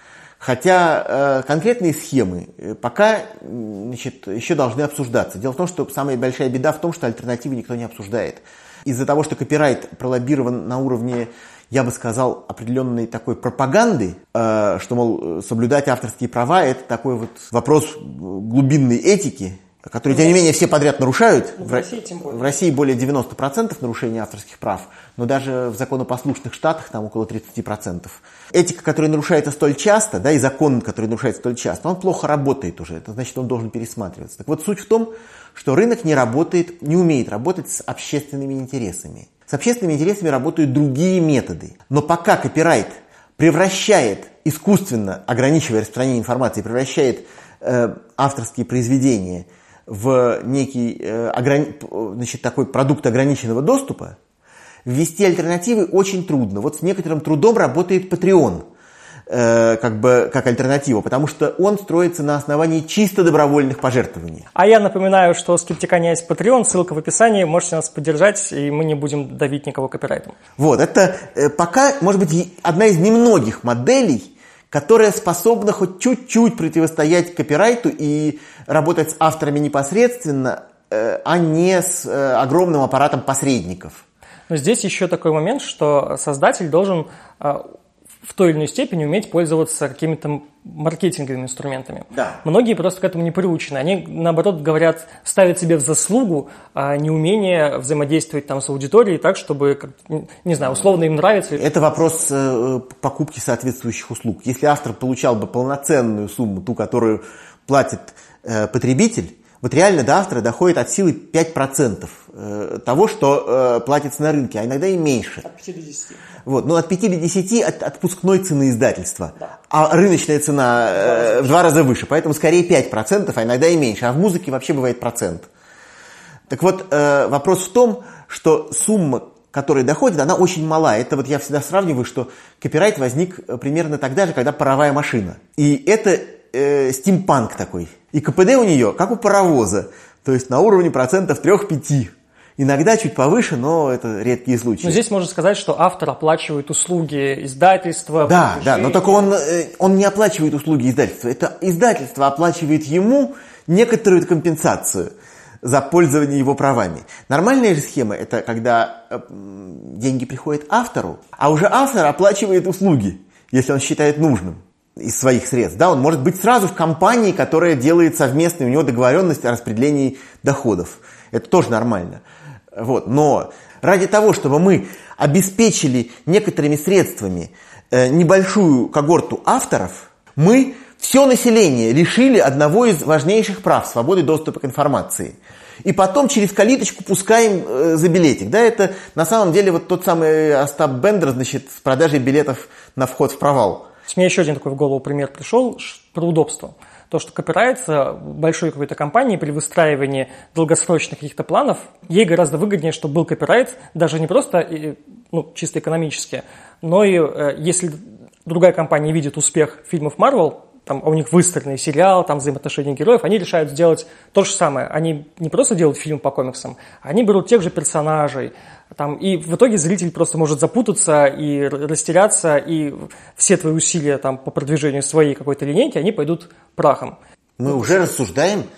[SPEAKER 1] Хотя конкретные схемы пока, значит, еще должны обсуждаться. Дело в том, что самая большая беда в том, что альтернативы никто не обсуждает. Из-за того, что копирайт пролоббирован на уровне, я бы сказал, определенной такой пропаганды, что, мол, соблюдать авторские права – это такой вот вопрос глубинной этики, который, тем не менее, все подряд нарушают.
[SPEAKER 2] В России тем более.
[SPEAKER 1] В России более 90% нарушения авторских прав, но даже в законопослушных штатах там около 30%. Этика, которая нарушается столь часто, да, и закон, который нарушается столь часто, он плохо работает уже, это значит, он должен пересматриваться. Так вот, суть в том, что рынок не работает, не умеет работать с общественными интересами. С общественными интересами работают другие методы. Но пока копирайт превращает, искусственно ограничивая распространение информации, превращает авторские произведения в некий значит, такой продукт ограниченного доступа, ввести альтернативы очень трудно. Вот с некоторым трудом работает Patreon как альтернатива, потому что он строится на основании чисто добровольных пожертвований.
[SPEAKER 2] А я напоминаю, что у Скептиконя есть Patreon, ссылка в описании, можете нас поддержать, и мы не будем давить никого копирайтом.
[SPEAKER 1] Вот, это пока, может быть, одна из немногих моделей, которая способна хоть чуть-чуть противостоять копирайту и работать с авторами непосредственно, а не с огромным аппаратом посредников.
[SPEAKER 2] Но здесь еще такой момент, что создатель должен в той или иной степени уметь пользоваться какими-то маркетинговыми инструментами.
[SPEAKER 1] Да.
[SPEAKER 2] Многие просто к этому не приучены. Они, наоборот, говорят, ставят себе в заслугу неумение взаимодействовать там с аудиторией так, чтобы, не знаю, условно им нравится.
[SPEAKER 1] Это вопрос покупки соответствующих услуг. Если автор получал бы полноценную сумму, ту, которую платит потребитель, вот реально до автора доходит от силы 5% того, что платится на рынке, а иногда и меньше.
[SPEAKER 2] От 5 до 10.
[SPEAKER 1] Вот, ну от 5 до 10 от отпускной цены издательства,
[SPEAKER 2] да.
[SPEAKER 1] А рыночная цена в 2 раза выше, поэтому скорее 5%, а иногда и меньше, а в музыке вообще бывает процент. Так вот, вопрос в том, что сумма, которая доходит, она очень мала. Это вот я всегда сравниваю, что копирайт возник примерно тогда же, когда паровая машина. И это стимпанк такой. И КПД у нее, как у паровоза, то есть на уровне процентов 3-5. Иногда чуть повыше, но это редкие случаи.
[SPEAKER 2] Но здесь можно сказать, что автор оплачивает услуги издательства.
[SPEAKER 1] Да, но только он не оплачивает услуги издательства. Это издательство оплачивает ему некоторую компенсацию за пользование его правами. Нормальная же схема – это когда деньги приходят автору, а уже автор оплачивает услуги, если он считает нужным из своих средств. Да, он может быть сразу в компании, которая делает совместную, у него договоренность о распределении доходов. Это тоже нормально. Вот. Но ради того, чтобы мы обеспечили некоторыми средствами небольшую когорту авторов, мы все население лишили одного из важнейших прав – свободы доступа к информации. И потом через калиточку пускаем за билетик. Да, это на самом деле вот тот самый Остап Бендер, значит, с продажей билетов на вход в провал.
[SPEAKER 2] Мне еще один такой в голову пример пришел про удобство. То, что копирайт большой какой-то компании при выстраивании долгосрочных каких-то планов, ей гораздо выгоднее, чтобы был копирайт, даже не просто чисто экономически, но и если другая компания видит успех фильмов Marvel, там у них выстроенный сериал, там взаимоотношения героев, они решают сделать то же самое. Они не просто делают фильм по комиксам, они берут тех же персонажей. Там, и в итоге зритель просто может запутаться и растеряться, и все твои усилия там, по продвижению своей какой-то линейки, они пойдут прахом.
[SPEAKER 1] Мы уже рассуждаем в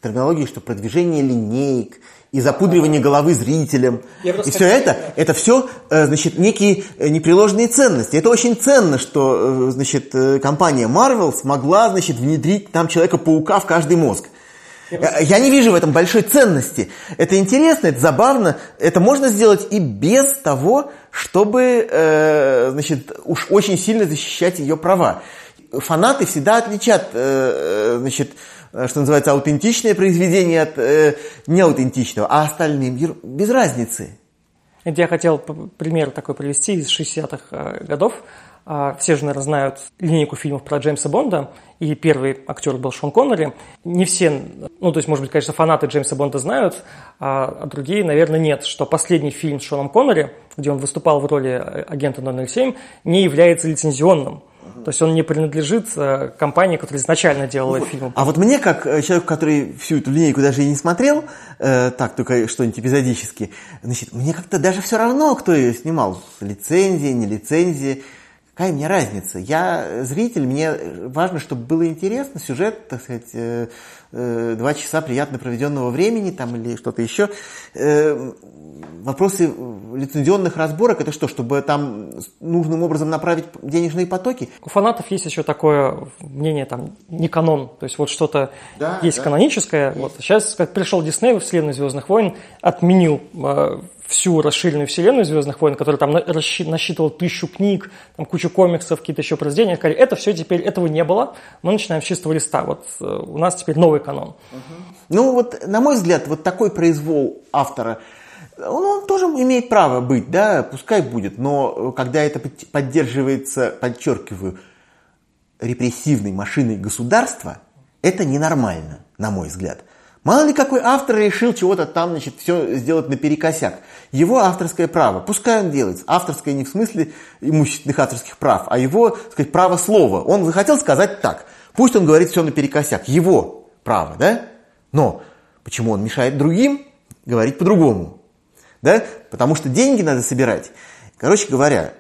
[SPEAKER 1] терминологии, что продвижение линеек и запудривание головы зрителям. И все это все, значит, некие непреложные ценности. Это очень ценно, что, значит, компания Marvel смогла, значит, внедрить там Человека-паука в каждый мозг. Я не вижу в этом большой ценности. Это интересно, это забавно. Это можно сделать и без того, чтобы, значит, уж очень сильно защищать ее права. Фанаты всегда отличат, значит, что называется, аутентичное произведение от неаутентичного, а остальным без разницы.
[SPEAKER 2] Я хотел пример такой привести из 60-х годов. Все же, наверное, знают линейку фильмов про Джеймса Бонда, и первый актер был Шон Коннери. Не все, ну, то есть, может быть, конечно, фанаты Джеймса Бонда знают, а другие, наверное, нет, что последний фильм с Шоном Коннери, где он выступал в роли агента 007, не является лицензионным. То есть он не принадлежит компании, которая изначально делала фильм.
[SPEAKER 1] А вот мне, как человеку, который всю эту линейку даже и не смотрел, так, только что-нибудь эпизодически, значит, мне как-то даже все равно, кто ее снимал. Лицензия, не лицензия. Какая мне разница? Я зритель, мне важно, чтобы было интересно, сюжет, так сказать, 2 часа приятно проведенного времени там, или что-то еще. Вопросы лицензионных разборок, это что, чтобы там нужным образом направить денежные потоки?
[SPEAKER 2] У фанатов есть еще такое мнение, там, не канон, то есть вот что-то есть каноническое. Есть. Вот. Сейчас, как пришел Дисней во вселенную «Звездных войн», отменил всю расширенную вселенную «Звездных войн», которая там насчитывала 1000 книг, там кучу комиксов, какие-то еще произведения. Сказали, это все теперь, этого не было, мы начинаем с чистого листа. Вот у нас теперь новый канон.
[SPEAKER 1] Ну вот, на мой взгляд, вот такой произвол автора, он тоже имеет право быть, да, пускай будет, но когда это поддерживается, подчеркиваю, репрессивной машиной государства, это ненормально, на мой взгляд. Мало ли какой автор решил чего-то там, значит, все сделать наперекосяк. Его авторское право. Пускай он делает. Авторское не в смысле имущественных авторских прав, а его, так сказать, право слова. Он захотел сказать так. Пусть он говорит все наперекосяк. Его право, да? Но почему он мешает другим говорить по-другому? Да? Потому что деньги надо собирать. Короче говоря,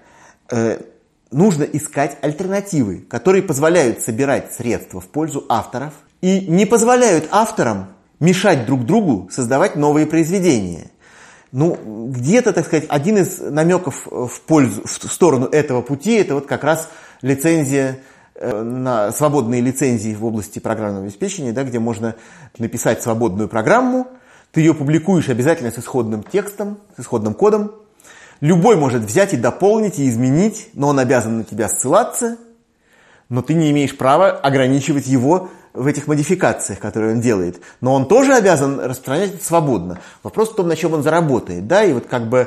[SPEAKER 1] нужно искать альтернативы, которые позволяют собирать средства в пользу авторов и не позволяют авторам мешать друг другу создавать новые произведения. Ну, где-то, так сказать, один из намеков в сторону этого пути, это вот как раз лицензия, на свободные лицензии в области программного обеспечения, да, где можно написать свободную программу, ты ее публикуешь обязательно с исходным текстом, с исходным кодом. Любой может взять и дополнить, и изменить, но он обязан на тебя ссылаться, но ты не имеешь права ограничивать его в этих модификациях, которые он делает. Но он тоже обязан распространять это свободно. Вопрос в том, на чем он заработает. Да? И вот как бы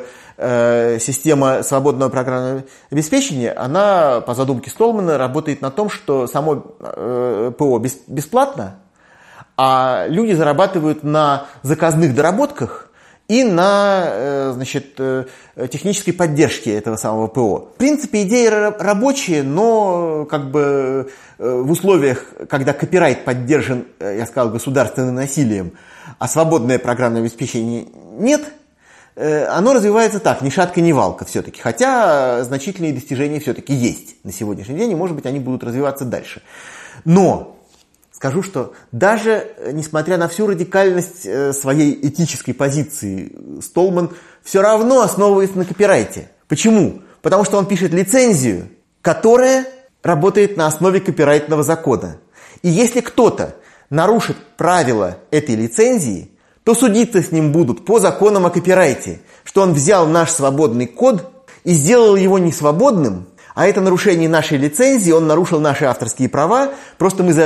[SPEAKER 1] система свободного программного обеспечения, она, по задумке Столмана, работает на том, что само ПО бесплатно, а люди зарабатывают на заказных доработках и на, значит, технической поддержке этого самого ПО. В принципе, идеи рабочие, но как бы в условиях, когда копирайт поддержан, я сказал, государственным насилием, а свободное программное обеспечение нет, оно развивается так, ни шатка, ни валка все-таки. Хотя значительные достижения все-таки есть на сегодняшний день, и, может быть, они будут развиваться дальше. Но скажу, что даже несмотря на всю радикальность своей этической позиции, Столман все равно основывается на копирайте. Почему? Потому что он пишет лицензию, которая работает на основе копирайтного закона. И если кто-то нарушит правила этой лицензии, то судиться с ним будут по законам о копирайте, что он взял наш свободный код и сделал его не свободным, а это нарушение нашей лицензии, он нарушил наши авторские права, просто мы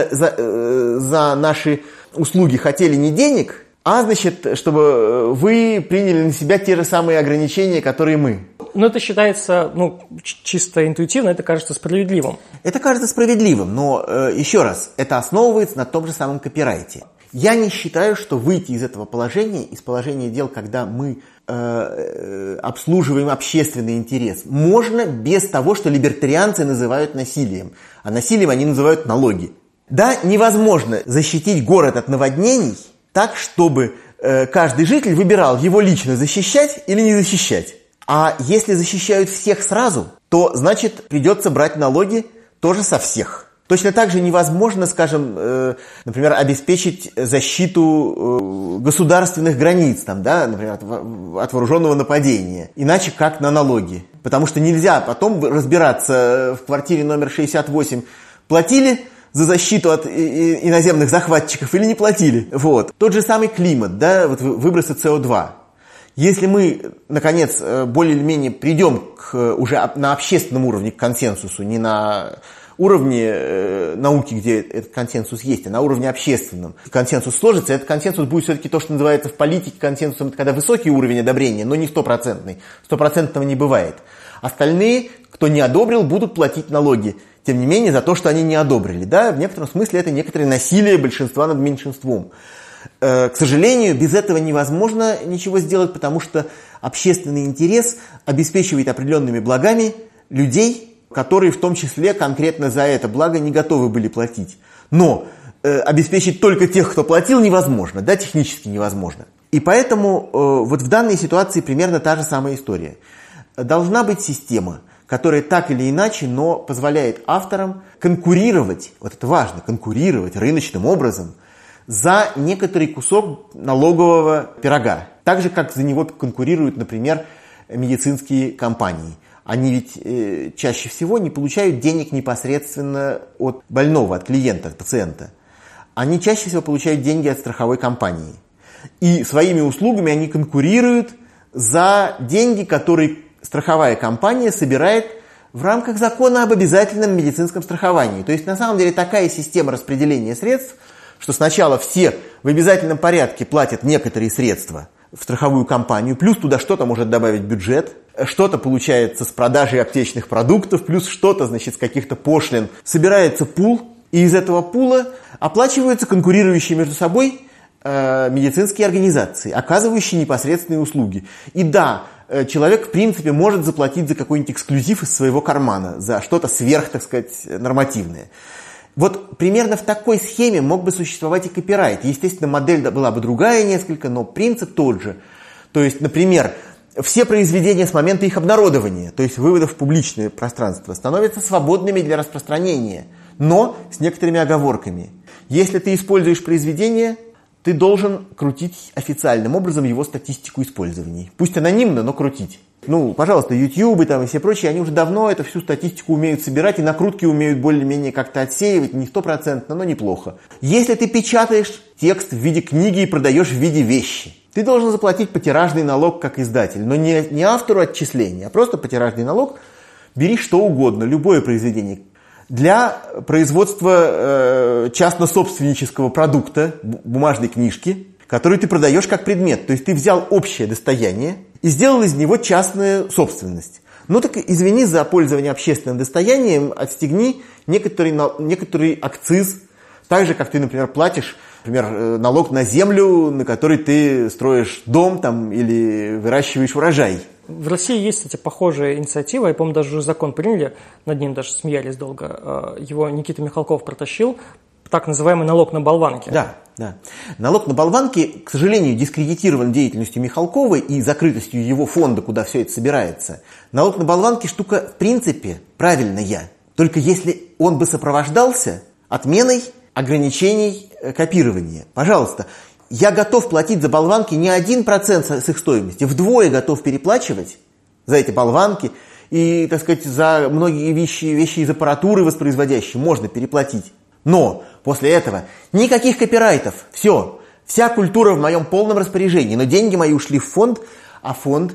[SPEAKER 1] за наши услуги хотели не денег, а, значит, чтобы вы приняли на себя те же самые ограничения, которые мы.
[SPEAKER 2] Но это считается, ну, чисто интуитивно, это кажется справедливым.
[SPEAKER 1] Это кажется справедливым, но, еще раз, это основывается на том же самом копирайте. Я не считаю, что выйти из этого положения, из положения дел, когда мы обслуживаем общественный интерес, можно без того, что либертарианцы называют насилием. А насилием они называют налоги. Да, невозможно защитить город от наводнений так, чтобы каждый житель выбирал, его лично защищать или не защищать. А если защищают всех сразу, то, значит, придется брать налоги тоже со всех. Точно так же невозможно, скажем, например, обеспечить защиту государственных границ, там, да, например, от вооруженного нападения, иначе как на налоги. Потому что нельзя потом разбираться в квартире номер 68, платили за защиту от иноземных захватчиков или не платили. Вот. Тот же самый климат, да, вот выбросы СО2. Если мы, наконец, более или менее придем уже на общественном уровне к консенсусу, не на уровне науки, где этот консенсус есть, а на уровне общественном, консенсус сложится, этот консенсус будет все-таки то, что называется в политике консенсусом, это когда высокий уровень одобрения, но не стопроцентный. Стопроцентного не бывает. Остальные, кто не одобрил, будут платить налоги, тем не менее, за то, что они не одобрили. Да? В некотором смысле это некоторое насилие большинства над меньшинством. К сожалению, без этого невозможно ничего сделать, потому что общественный интерес обеспечивает определенными благами людей, которые в том числе конкретно за это благо не готовы были платить. Но обеспечить только тех, кто платил, невозможно, да, технически невозможно. И поэтому вот в данной ситуации примерно та же самая история. Должна быть система, которая так или иначе, но позволяет авторам конкурировать, вот это важно, конкурировать рыночным образом за некоторый кусок налогового пирога. Так же, как за него конкурируют, например, медицинские компании. Они ведь чаще всего не получают денег непосредственно от больного, от клиента, от пациента. Они чаще всего получают деньги от страховой компании. И своими услугами они конкурируют за деньги, которые страховая компания собирает в рамках закона об обязательном медицинском страховании. То есть, на самом деле, такая система распределения средств, что сначала все в обязательном порядке платят некоторые средства в страховую компанию, плюс туда что-то может добавить бюджет, что-то получается с продажей аптечных продуктов, плюс что-то, значит, с каких-то пошлин. Собирается пул, и из этого пула оплачиваются конкурирующие между собой медицинские организации, оказывающие непосредственные услуги. И да, человек, в принципе, может заплатить за какой-нибудь эксклюзив из своего кармана, за что-то сверх, так сказать, нормативное. Вот примерно в такой схеме мог бы существовать и копирайт. Естественно, модель была бы другая несколько, но принцип тот же. То есть, например, все произведения с момента их обнародования, то есть вывода в публичное пространство, становятся свободными для распространения, но с некоторыми оговорками. Если ты используешь произведение, ты должен крутить официальным образом его статистику использований. Пусть анонимно, но крутить. Ну, пожалуйста, YouTube там и все прочие, они уже давно эту всю статистику умеют собирать, и накрутки умеют более-менее как-то отсеивать, не 100%, но неплохо. Если ты печатаешь текст в виде книги и продаешь в виде вещи, ты должен заплатить потиражный налог как издатель, но не автору отчисления, а просто потиражный налог. Бери что угодно, любое произведение. Для производства частно-собственнического продукта, бумажной книжки, которую ты продаешь как предмет. То есть ты взял общее достояние и сделал из него частную собственность. Ну так извини за пользование общественным достоянием, отстегни некоторый акциз, так же, как ты, например, платишь, например, налог на землю, на которой ты строишь дом там, или выращиваешь урожай.
[SPEAKER 2] В России есть, кстати, похожая инициатива, я помню, даже уже закон приняли, над ним даже смеялись долго, его Никита Михалков протащил, так называемый налог на болванки.
[SPEAKER 1] Да. Налог на болванки, к сожалению, дискредитирован деятельностью Михалкова и закрытостью его фонда, куда все это собирается. Налог на болванки штука, в принципе, правильная, только если он бы сопровождался отменой ограничений копирования. Пожалуйста, я готов платить за болванки не 1% с их стоимости, вдвое готов переплачивать за эти болванки. И, так сказать, за многие вещи из аппаратуры воспроизводящие можно переплатить. Но после этого никаких копирайтов. Все. Вся культура в моем полном распоряжении. Но деньги мои ушли в фонд, а фонд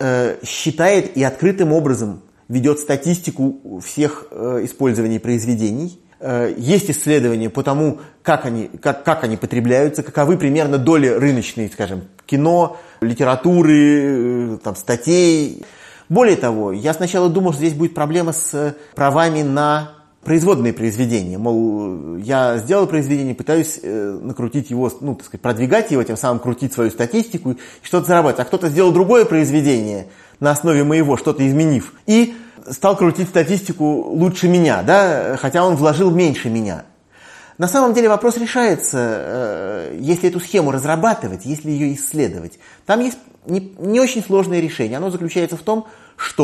[SPEAKER 1] считает и открытым образом ведет статистику всех использований произведений. Есть исследования по тому, как они потребляются, каковы примерно доли рыночные, скажем, кино, литературы, там, статей. Более того, я сначала думал, что здесь будет проблема с правами на производные произведения. Мол, я сделал произведение, пытаюсь накрутить его, ну, так сказать, продвигать его, тем самым крутить свою статистику и что-то зарабатывать. А кто-то сделал другое произведение на основе моего, что-то изменив, и стал крутить статистику лучше меня, да, хотя он вложил меньше меня. На самом деле вопрос решается, если эту схему разрабатывать, если ее исследовать. Там есть не очень сложное решение. Оно заключается в том, что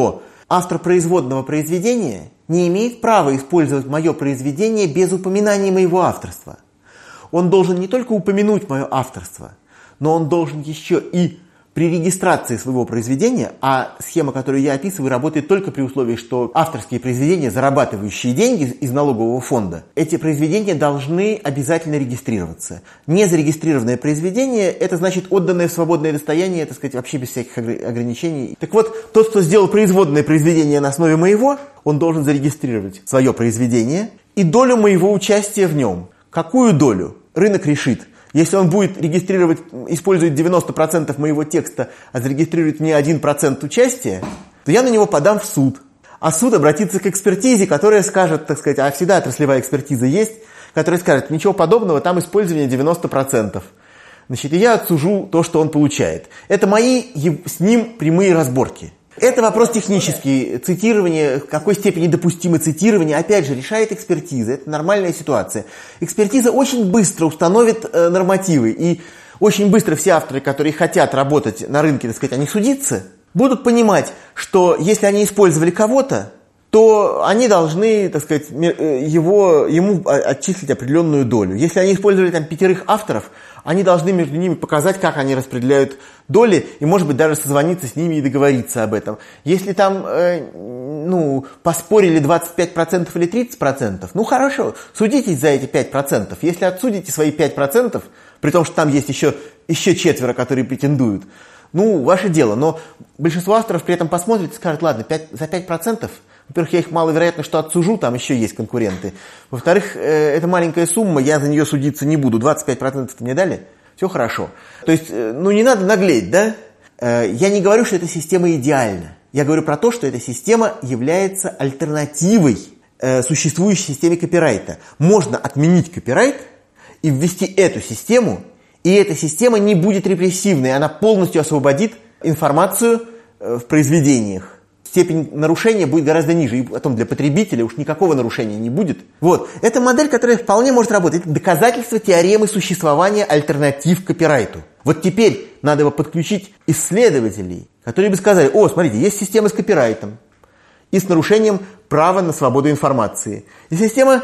[SPEAKER 1] Автор производного произведения не имеет права использовать мое произведение без упоминания моего авторства. Он должен не только упомянуть мое авторство, но он должен еще и при регистрации своего произведения, а схема, которую я описываю, работает только при условии, что авторские произведения, зарабатывающие деньги из налогового фонда, эти произведения должны обязательно регистрироваться. Незарегистрированное произведение – это значит отданное в свободное достояние, так сказать, вообще без всяких ограничений. Так вот, тот, кто сделал производное произведение на основе моего, он должен зарегистрировать свое произведение и долю моего участия в нем. Какую долю? Рынок решит. Если он будет регистрировать, использовать 90% моего текста, а зарегистрирует мне 1% участия, то я на него подам в суд. А суд обратится к экспертизе, которая скажет, так сказать, а всегда отраслевая экспертиза есть, которая скажет, ничего подобного, там использование 90%. Значит, и я отсужу то, что он получает. Это мои с ним прямые разборки. Это вопрос технический. Цитирование, в какой степени допустимо цитирование, опять же, решает экспертиза. Это нормальная ситуация. Экспертиза очень быстро установит нормативы. И очень быстро все авторы, которые хотят работать на рынке, так сказать, они судиться, будут понимать, что если они использовали кого-то, то они должны, так сказать, ему отчислить определенную долю. Если они использовали там 5 авторов, они должны между ними показать, как они распределяют доли, и, может быть, даже созвониться с ними и договориться об этом. Если там, поспорили 25% или 30%, ну, хорошо, судитесь за эти 5%. Если отсудите свои 5%, при том, что там есть еще 4, которые претендуют, ну, ваше дело. Но большинство авторов при этом посмотрит и скажет, ладно, за 5%, во-первых, я их маловероятно, что отсужу, там еще есть конкуренты. Во-вторых, это маленькая сумма, я за нее судиться не буду. 25% мне дали, все хорошо. То есть, не надо наглеть, да? Я не говорю, что эта система идеальна. Я говорю про то, что эта система является альтернативой существующей системе копирайта. Можно отменить копирайт и ввести эту систему, и эта система не будет репрессивной, она полностью освободит информацию в произведениях. Степень нарушения будет гораздо ниже, и потом для потребителя уж никакого нарушения не будет. Вот. Это модель, которая вполне может работать. Это доказательство теоремы существования альтернатив копирайту. Вот теперь надо бы подключить исследователей, которые бы сказали, смотрите, есть система с копирайтом и с нарушением права на свободу информации. И система,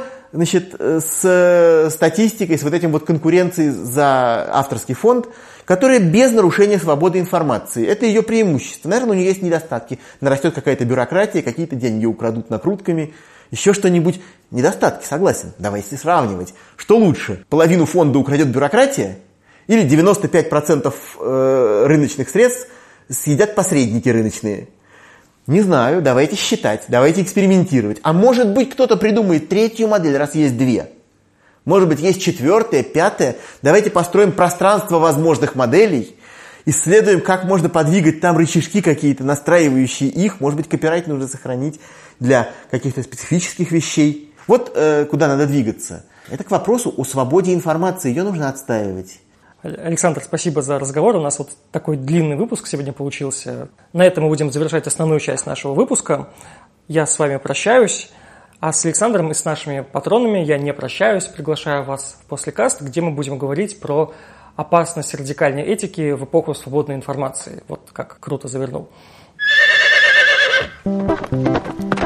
[SPEAKER 1] с статистикой, с вот этим вот конкуренцией за авторский фонд, которая без нарушения свободы информации. Это ее преимущество. Наверное, у нее есть недостатки. Нарастет какая-то бюрократия, какие-то деньги украдут накрутками, еще что-нибудь. Недостатки, согласен. Давайте сравнивать. Что лучше? Половину фонда украдет бюрократия или 95% рыночных средств съедят посредники рыночные? Не знаю, давайте считать, давайте экспериментировать. А может быть, кто-то придумает 3-ю модель, раз есть 2. Может быть, есть 4-я, 5-я. Давайте построим пространство возможных моделей, исследуем, как можно подвигать там рычажки какие-то, настраивающие их. Может быть, копирайт нужно сохранить для каких-то специфических вещей. Вот куда надо двигаться. Это к вопросу о свободе информации. Ее нужно отстаивать.
[SPEAKER 2] Александр, спасибо за разговор. У нас вот такой длинный выпуск сегодня получился. На этом мы будем завершать основную часть нашего выпуска. Я с вами прощаюсь. А с Александром и с нашими патронами я не прощаюсь. Приглашаю вас в послекаст, где мы будем говорить про опасность радикальной этики в эпоху свободной информации. Вот как круто завернул.